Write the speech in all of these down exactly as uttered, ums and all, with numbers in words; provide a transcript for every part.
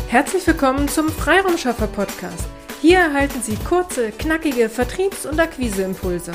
Herzlich willkommen zum Freiraumschaffer-Podcast. Hier erhalten Sie kurze, knackige Vertriebs- und Akquiseimpulse.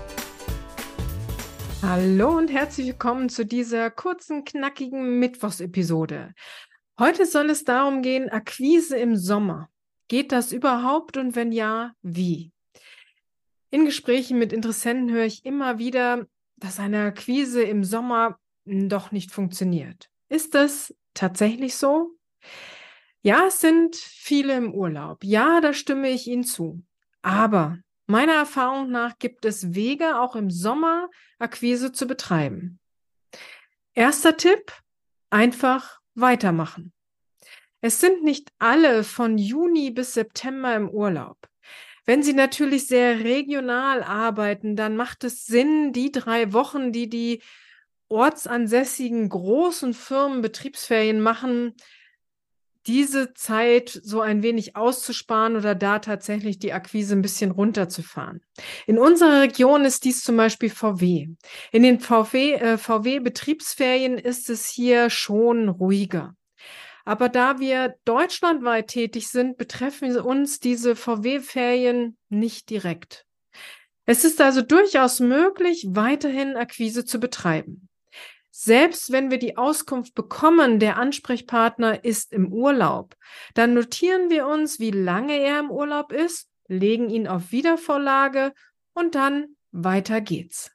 Hallo und herzlich willkommen zu dieser kurzen, knackigen Mittwochsepisode. Heute soll es darum gehen, Akquise im Sommer. Geht das überhaupt und wenn ja, wie? In Gesprächen mit Interessenten höre ich immer wieder, dass eine Akquise im Sommer doch nicht funktioniert. Ist das tatsächlich so? Ja, es sind viele im Urlaub. Ja, da stimme ich Ihnen zu. Aber meiner Erfahrung nach gibt es Wege, auch im Sommer Akquise zu betreiben. Erster Tipp, einfach weitermachen. Es sind nicht alle von Juni bis September im Urlaub. Wenn Sie natürlich sehr regional arbeiten, dann macht es Sinn, die drei Wochen, die die ortsansässigen großen Firmen Betriebsferien machen, diese Zeit so ein wenig auszusparen oder da tatsächlich die Akquise ein bisschen runterzufahren. In unserer Region ist dies zum Beispiel V W. In den V W, äh, V W-Betriebsferien ist es hier schon ruhiger. Aber da wir deutschlandweit tätig sind, betreffen uns diese V W-Ferien nicht direkt. Es ist also durchaus möglich, weiterhin Akquise zu betreiben. Selbst wenn wir die Auskunft bekommen, der Ansprechpartner ist im Urlaub, dann notieren wir uns, wie lange er im Urlaub ist, legen ihn auf Wiedervorlage und dann weiter geht's.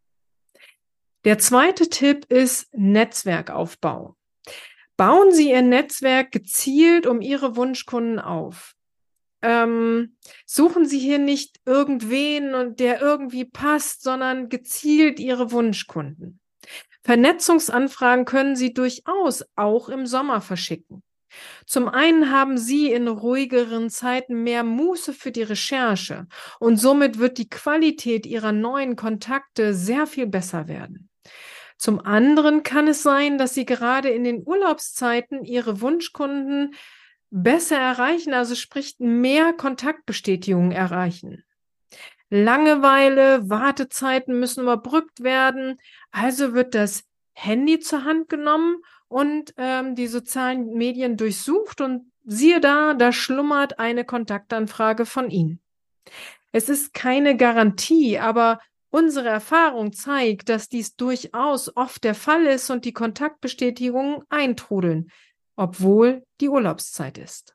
Der zweite Tipp ist Netzwerkaufbau. Bauen Sie Ihr Netzwerk gezielt um Ihre Wunschkunden auf. Ähm, suchen Sie hier nicht irgendwen, und der irgendwie passt, sondern gezielt Ihre Wunschkunden. Vernetzungsanfragen können Sie durchaus auch im Sommer verschicken. Zum einen haben Sie in ruhigeren Zeiten mehr Muße für die Recherche und somit wird die Qualität Ihrer neuen Kontakte sehr viel besser werden. Zum anderen kann es sein, dass Sie gerade in den Urlaubszeiten Ihre Wunschkunden besser erreichen, also sprich mehr Kontaktbestätigungen erreichen. Langeweile, Wartezeiten müssen überbrückt werden, also wird das Handy zur Hand genommen und ähm, die sozialen Medien durchsucht und siehe da, da schlummert eine Kontaktanfrage von Ihnen. Es ist keine Garantie, aber unsere Erfahrung zeigt, dass dies durchaus oft der Fall ist und die Kontaktbestätigungen eintrudeln, obwohl die Urlaubszeit ist.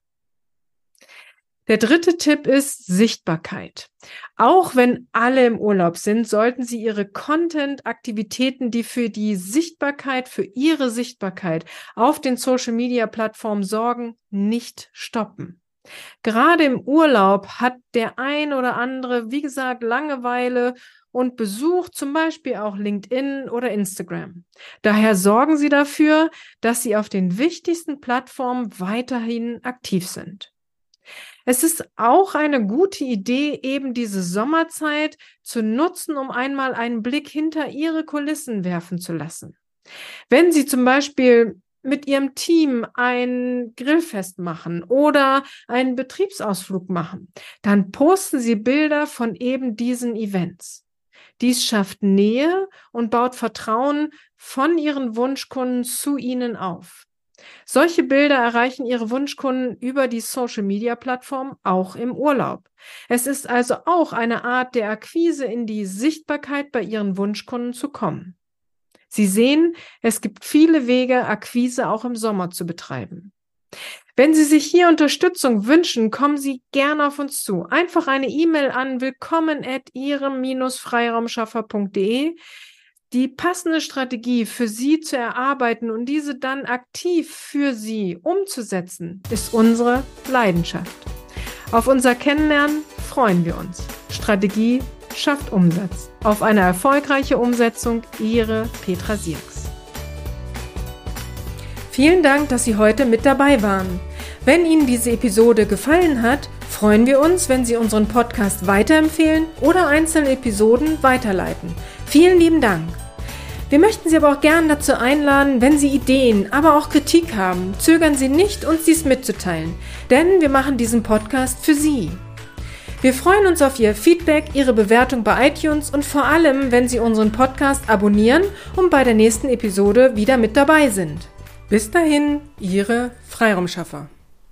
Der dritte Tipp ist Sichtbarkeit. Auch wenn alle im Urlaub sind, sollten Sie Ihre Content-Aktivitäten, die für die Sichtbarkeit, für Ihre Sichtbarkeit auf den Social-Media-Plattformen sorgen, nicht stoppen. Gerade im Urlaub hat der ein oder andere, wie gesagt, Langeweile und besucht zum Beispiel auch LinkedIn oder Instagram. Daher sorgen Sie dafür, dass Sie auf den wichtigsten Plattformen weiterhin aktiv sind. Es ist auch eine gute Idee, eben diese Sommerzeit zu nutzen, um einmal einen Blick hinter Ihre Kulissen werfen zu lassen. Wenn Sie zum Beispiel mit Ihrem Team ein Grillfest machen oder einen Betriebsausflug machen, dann posten Sie Bilder von eben diesen Events. Dies schafft Nähe und baut Vertrauen von Ihren Wunschkunden zu Ihnen auf. Solche Bilder erreichen Ihre Wunschkunden über die Social-Media-Plattform auch im Urlaub. Es ist also auch eine Art der Akquise, in die Sichtbarkeit bei Ihren Wunschkunden zu kommen. Sie sehen, es gibt viele Wege, Akquise auch im Sommer zu betreiben. Wenn Sie sich hier Unterstützung wünschen, kommen Sie gerne auf uns zu. Einfach eine E-Mail an willkommen at ihrem freiraumschaffer punkt de. Die passende Strategie für Sie zu erarbeiten und diese dann aktiv für Sie umzusetzen, ist unsere Leidenschaft. Auf unser Kennenlernen freuen wir uns. Strategie schafft Umsatz. Auf eine erfolgreiche Umsetzung, Ihre Petra Sierks. Vielen Dank, dass Sie heute mit dabei waren. Wenn Ihnen diese Episode gefallen hat, freuen wir uns, wenn Sie unseren Podcast weiterempfehlen oder einzelne Episoden weiterleiten. Vielen lieben Dank. Wir möchten Sie aber auch gerne dazu einladen, wenn Sie Ideen, aber auch Kritik haben, zögern Sie nicht, uns dies mitzuteilen, denn wir machen diesen Podcast für Sie. Wir freuen uns auf Ihr Feedback, Ihre Bewertung bei iTunes und vor allem, wenn Sie unseren Podcast abonnieren und bei der nächsten Episode wieder mit dabei sind. Bis dahin, Ihre Freiraumschaffer.